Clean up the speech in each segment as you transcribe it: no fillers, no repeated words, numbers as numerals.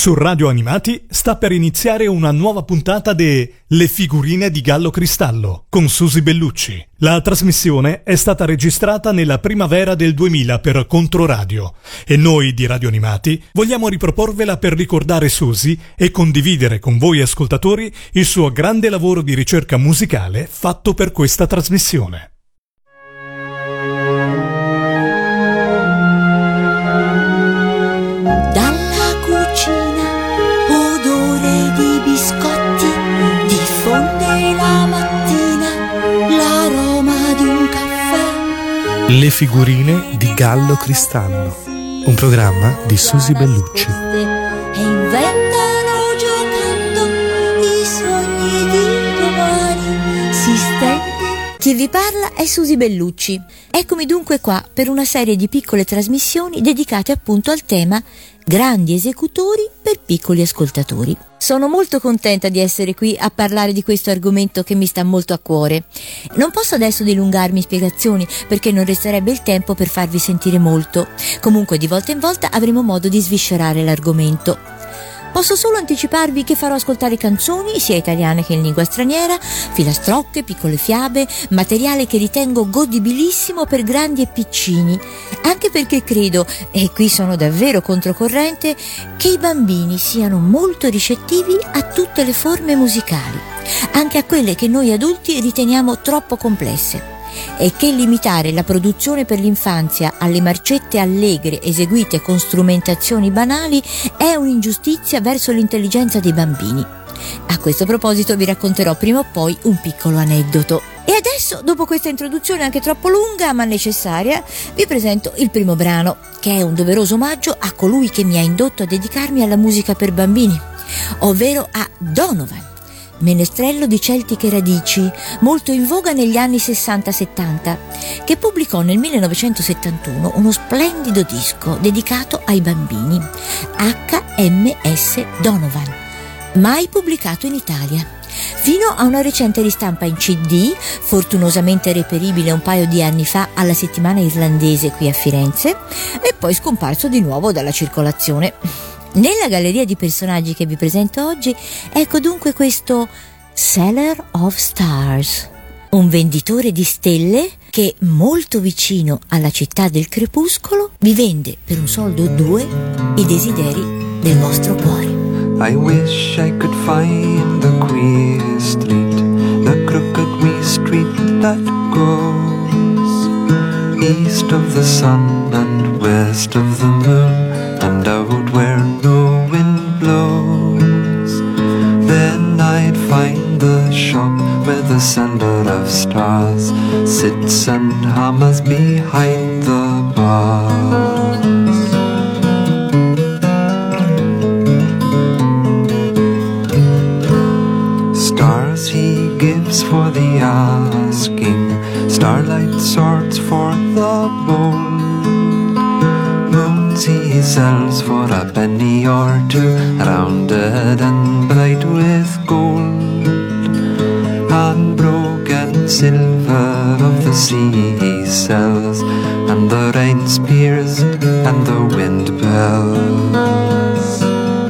Su Radio Animati sta per iniziare una nuova puntata de Le figurine di Gallo Cristallo con Susi Bellucci. La trasmissione è stata registrata nella primavera del 2000 per Controradio e noi di Radio Animati vogliamo riproporvela per ricordare Susi e condividere con voi ascoltatori il suo grande lavoro di ricerca musicale fatto per questa trasmissione. Le figurine di Gallo Cristallo, un programma di Susi Bellucci. E inventano giocando i sogni di domani. Si stende. Chi vi parla è Susi Bellucci. Eccomi dunque qua per una serie di piccole trasmissioni dedicate appunto al tema grandi esecutori per piccoli ascoltatori. Sono molto contenta di essere qui a parlare di questo argomento che mi sta molto a cuore. Non posso adesso dilungarmi in spiegazioni perché non resterebbe il tempo per farvi sentire molto. Comunque di volta in volta avremo modo di sviscerare l'argomento. Posso solo anticiparvi che farò ascoltare canzoni sia italiane che in lingua straniera, filastrocche, piccole fiabe, materiale che ritengo godibilissimo per grandi e piccini, anche perché credo, e qui sono davvero controcorrente, che i bambini siano molto ricettivi a tutte le forme musicali, anche a quelle che noi adulti riteniamo troppo complesse. E che limitare la produzione per l'infanzia alle marcette allegre eseguite con strumentazioni banali è un'ingiustizia verso l'intelligenza dei bambini. A questo proposito vi racconterò prima o poi un piccolo aneddoto. E adesso, dopo questa introduzione anche troppo lunga ma necessaria, vi presento il primo brano, che è un doveroso omaggio a colui che mi ha indotto a dedicarmi alla musica per bambini, ovvero a Donovan, menestrello di celtiche radici, molto in voga negli anni 60-70, che pubblicò nel 1971 uno splendido disco dedicato ai bambini, HMS Donovan, mai pubblicato in Italia, fino a una recente ristampa in CD, fortunosamente reperibile un paio di anni fa alla Settimana Irlandese qui a Firenze, e poi scomparso di nuovo dalla circolazione. Nella galleria di personaggi che vi presento oggi, ecco dunque questo Seller of Stars, un venditore di stelle che, molto vicino alla città del crepuscolo, vi vende per un soldo o due i desideri del vostro cuore. I wish I could find the queer street, the crooked wee street that goes east of the sun and west of the moon, and out where no wind blows. Then I'd find the shop where the sender of stars sits and hammers behind the bars. Stars he gives for the asking, starlight swords for the bold, he sells for a penny or two, rounded and bright with gold, and broken silver of the sea he sells, and the rain spears and the wind bells.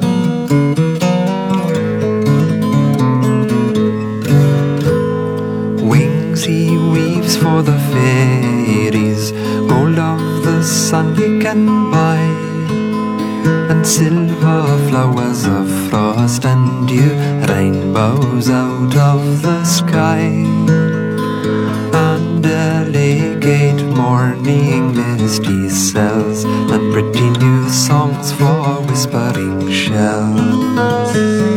Wings he weaves for the fairies, gold of the sun he can buy, and silver flowers of frost and dew, rainbows out of the sky, and delicate morning mist he sells, and pretty new songs for whispering shells.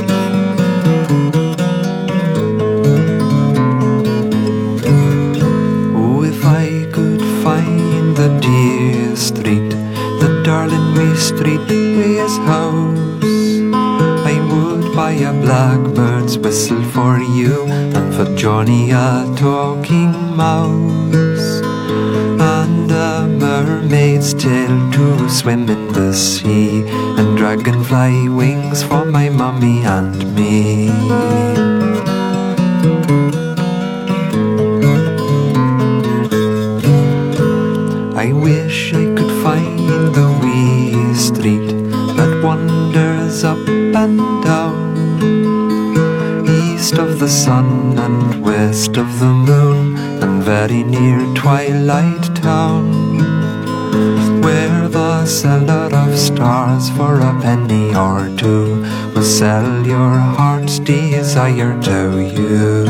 Oh, if I could find the dear street, the darling wee street with his house, I would buy a blackbird's whistle for you, and for Johnny a talking mouse, and a mermaid's tail to swim in the sea, and dragonfly wings for my mummy and me. I wish I could find the wee street that wanders up and down, east of the sun and west of the moon, and very near Twilight Town, where the seller of stars for a penny or two will sell your heart's desire to you.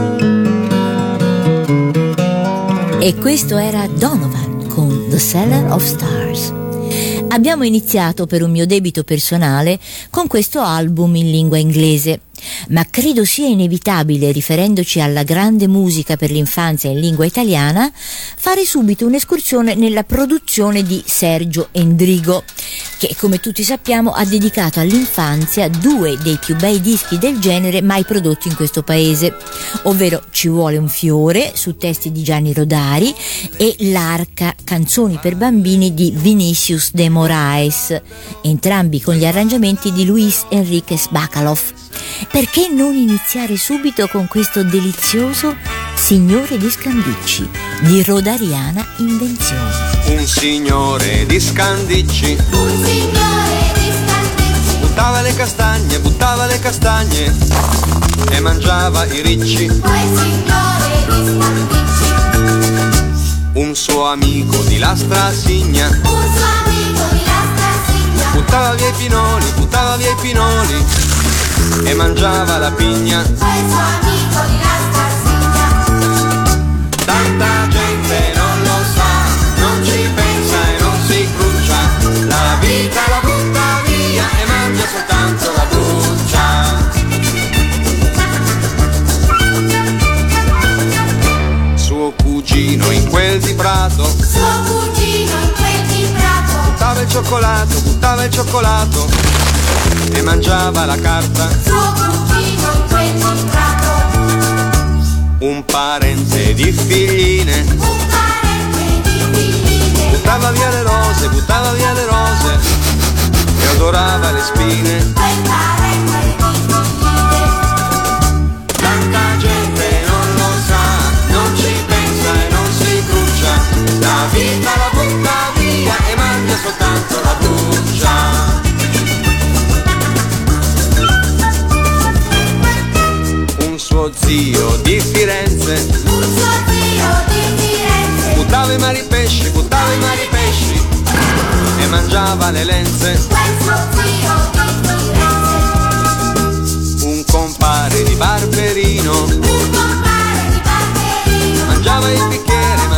E questo era Donovan con The Seller of Stars. Abbiamo iniziato per un mio debito personale con questo album in lingua inglese, ma credo sia inevitabile, riferendoci alla grande musica per l'infanzia in lingua italiana, fare subito un'escursione nella produzione di Sergio Endrigo, che come tutti sappiamo ha dedicato all'infanzia due dei più bei dischi del genere mai prodotti in questo paese, ovvero Ci vuole un fiore, su testi di Gianni Rodari, e L'Arca, canzoni per bambini di Vinicius de Moraes, entrambi con gli arrangiamenti di Luis Enriquez Bacalov. Perché non iniziare subito con questo delizioso Signore di Scandicci di rodariana invenzione? Un signore di Scandicci, Un signore di Scandicci, buttava le castagne e mangiava i ricci. quel signore di Scandicci, Un suo amico di Lastrasigna, un suo amico di Lastrasigna, buttava via i pinoli e mangiava la pigna. quel suo amico di Lastrasigna. Tanta gente non lo sa, non ci pensa e non si cruccia, la vita la butta via e mangia soltanto la buccia. Suo cugino in quel di Prato Suo cugino in quel di Prato, buttava il cioccolato e mangiava la carta. suo cugino in quel di Prato, Un parente di figline un parente di figline, buttava via le rose e odorava le spine. quel parente di figline. Tanta gente non lo sa, non ci pensa e non si cruccia, la vita la butta via e mangia soltanto la buccia. Un suo zio di Firenze Un suo zio di Firenze, buttava i mari pesci e mangiava le lenze. quel suo zio di Firenze, Un compare di Barberino un compare di Barberino, mangiava il bicchiere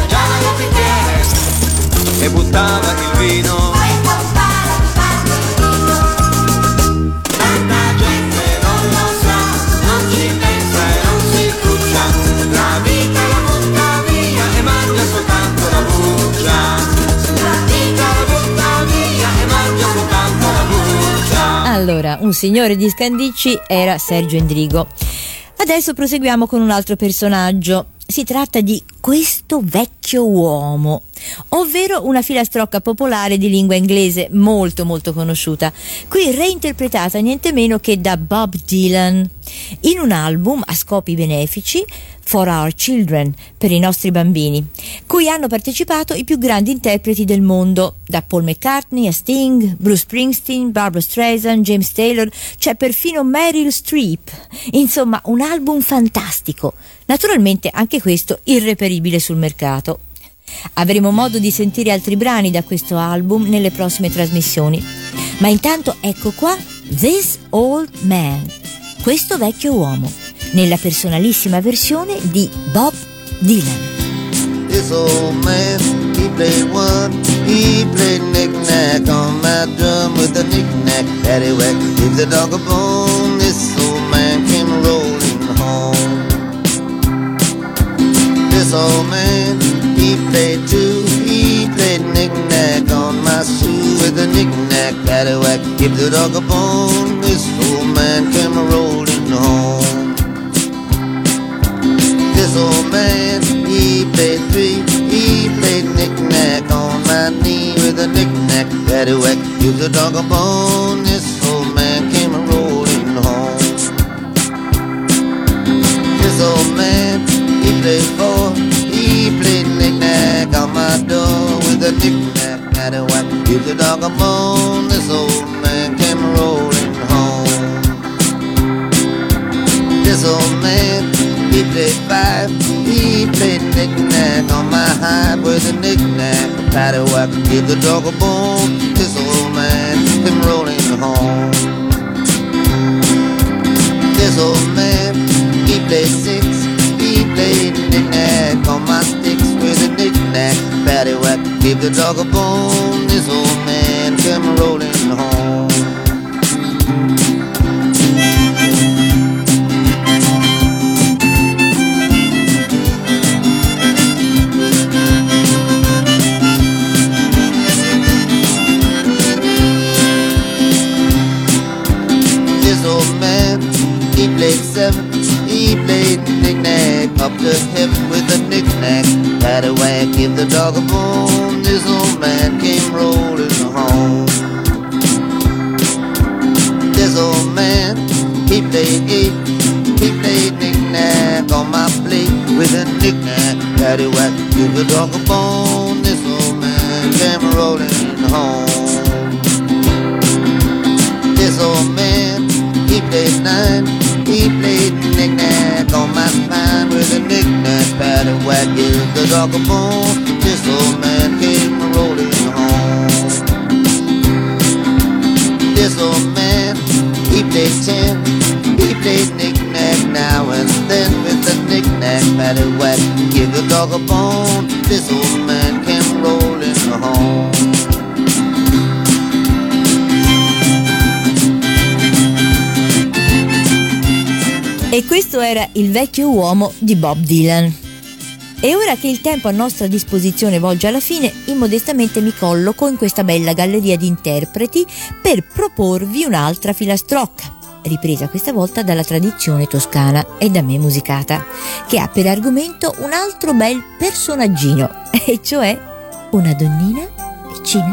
e buttava il vino. quel compare di Barberino. Tanta gente non lo sa, non ci pensa e non si cruccia, la vita la butta via e mangia soltanto la buccia. La vita la butta via e mangia soltanto la buccia. Allora, un signore di Scandicci era Sergio Endrigo. Adesso proseguiamo con un altro personaggio. Si tratta di Questo vecchio uomo, ovvero una filastrocca popolare di lingua inglese molto molto conosciuta, qui reinterpretata niente meno che da Bob Dylan in un album a scopi benefici, For Our Children, per i nostri bambini, cui hanno partecipato i più grandi interpreti del mondo, da Paul McCartney a Sting, Bruce Springsteen, Barbra Streisand, James Taylor, c'è perfino Meryl Streep. Insomma, un album fantastico, naturalmente anche questo irreperibile sul mercato. Avremo modo di sentire altri brani da questo album nelle prossime trasmissioni, ma intanto ecco qua This Old Man, Questo vecchio uomo, nella personalissima versione di Bob Dylan. This old man, he played one, he played knick-knack on my drum with a knick-knack, paddywhack, give the dog a bone. This old man came rolling home. This old man, he played two, he played knick-knack on my shoe with a knick-knack, paddywhack, give the dog a bone. This old man came rolling home. This old man, he played three, he played knick-knack on my knee with a knick-knack, paddywhack, give the dog a bone. This old man came rolling home. This old man, he played four, he played knick-knack on my door with a knick-knack, paddywhack, give the dog a bone. This old man came rolling home. This old man, he played five. He played knick-knack on my hide with a knick-knack. A paddywhack, give the dog a bone. This old man came rolling home. This old man, he played six. He played knick-knack on my sticks with a knick-knack. Paddywhack, give the dog a bone. This old man came rolling home. This old man, he played seven. He played knick-knack up to heaven with a knick-knack. Paddywhack, give the dog a bone. This old man came rolling home. This old man, he played eight. He played knick-knack on my plate with a knick-knack. Paddywhack, give the dog a bone. This old man came rolling home. This old man, he played nine. He played knick-knack on my spine with a knick-knack. Paddywhack, give the dog a bone. This old man came rolling home. This old man, he played ten. He played knick-knack now and then with a knick-knack. Paddywhack, give the dog a bone. This old man came rolling home. E questo era Il vecchio uomo di Bob Dylan. E ora che il tempo a nostra disposizione volge alla fine, immodestamente mi colloco in questa bella galleria di interpreti per proporvi un'altra filastrocca, ripresa questa volta dalla tradizione toscana e da me musicata, che ha per argomento un altro bel personaggino, e cioè una donnina piccina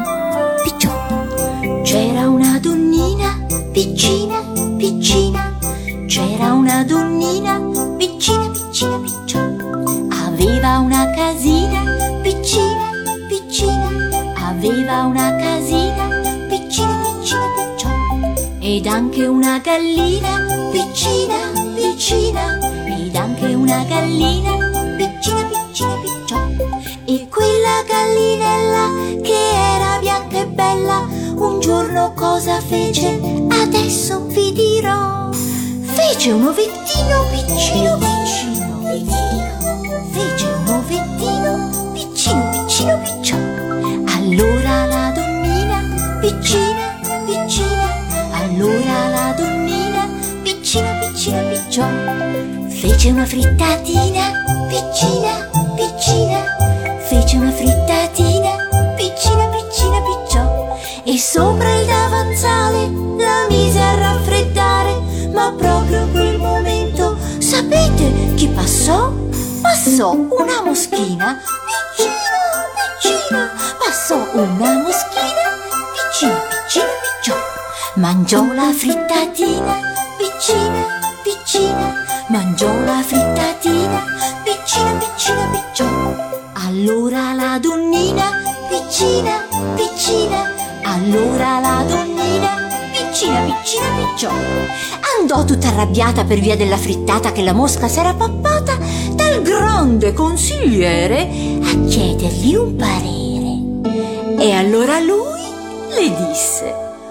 picciona. C'era una donnina piccina piccina. C'era una donnina piccina piccina piccina. Aveva una casina piccina piccina. Aveva una casina piccina piccina piccina. Ed anche una gallina piccina piccina. Ed anche una gallina piccina piccina piccina. E quella gallinella che era bianca e bella, un giorno cosa fece? Adesso vi dirò. Fece un ovettino piccino piccino piccino. Fece un ovettino piccino piccino piccino. Allora la donnina piccina piccina. Allora la donnina piccina piccina piccina. Fece una frittatina piccina piccina. Fece una frittatina piccina piccina piccina. E sopra il davanzale la mise a raffreddare. Ma proprio in quel momento sapete chi passò? Passò una moschina piccina piccina. Passò una moschina piccina piccina piccina. Mangiò la frittatina piccina piccina. Mangiò la frittatina piccina piccina piccina. Allora la donnina piccina piccina. Allora la donnina piccina piccina piccina andò tutta arrabbiata per via della frittata che la mosca s'era pappata dal grande consigliere a chiedergli un parere. E allora lui le disse: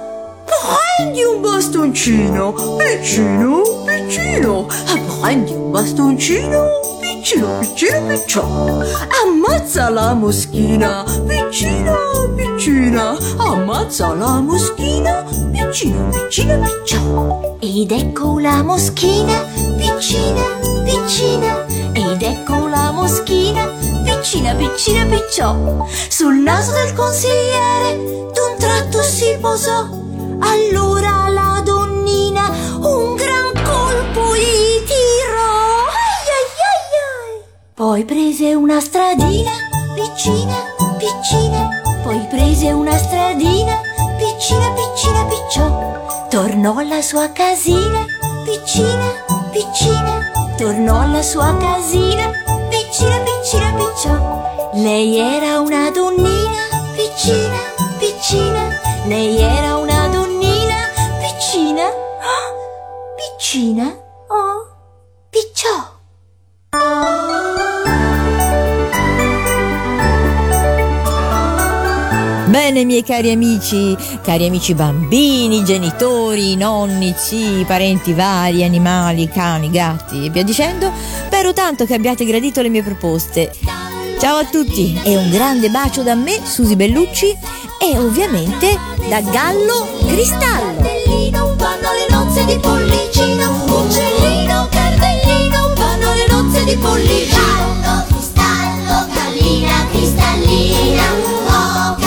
prendi un bastoncino piccino piccino. Prendi un bastoncino piccino piccino piccino. Ammazza la moschina piccina piccina. Ammazza la moschina piccina piccina piccina. Ed ecco la moschina piccina piccina. Ed ecco la moschina piccina piccina piccina. Sul naso del consigliere d'un tratto si posò. Allora la donnina un gran colpo gli tirò. Ai ai ai ai. Poi prese una stradina piccina piccina. Poi prese una stradina piccina piccina piccina. Tornò alla sua casina piccina piccina. Tornò alla sua casina piccina piccina piccina. Lei era una donnina piccina piccina. Lei era una donnina piccina piccina. Oh, Ciao! Bene, miei cari amici bambini, genitori, nonni, zii, parenti vari, animali, cani, gatti e via dicendo, spero tanto che abbiate gradito le mie proposte. Ciao a tutti e un grande bacio da me, Susi Bellucci, e ovviamente da Gallo Cristallo. Cardellino, vanno le nozze di Pollicino, uccellino, cardellino, vanno le nozze di Pollicino. Gallo, cristallo, gallina, cristallina, oh,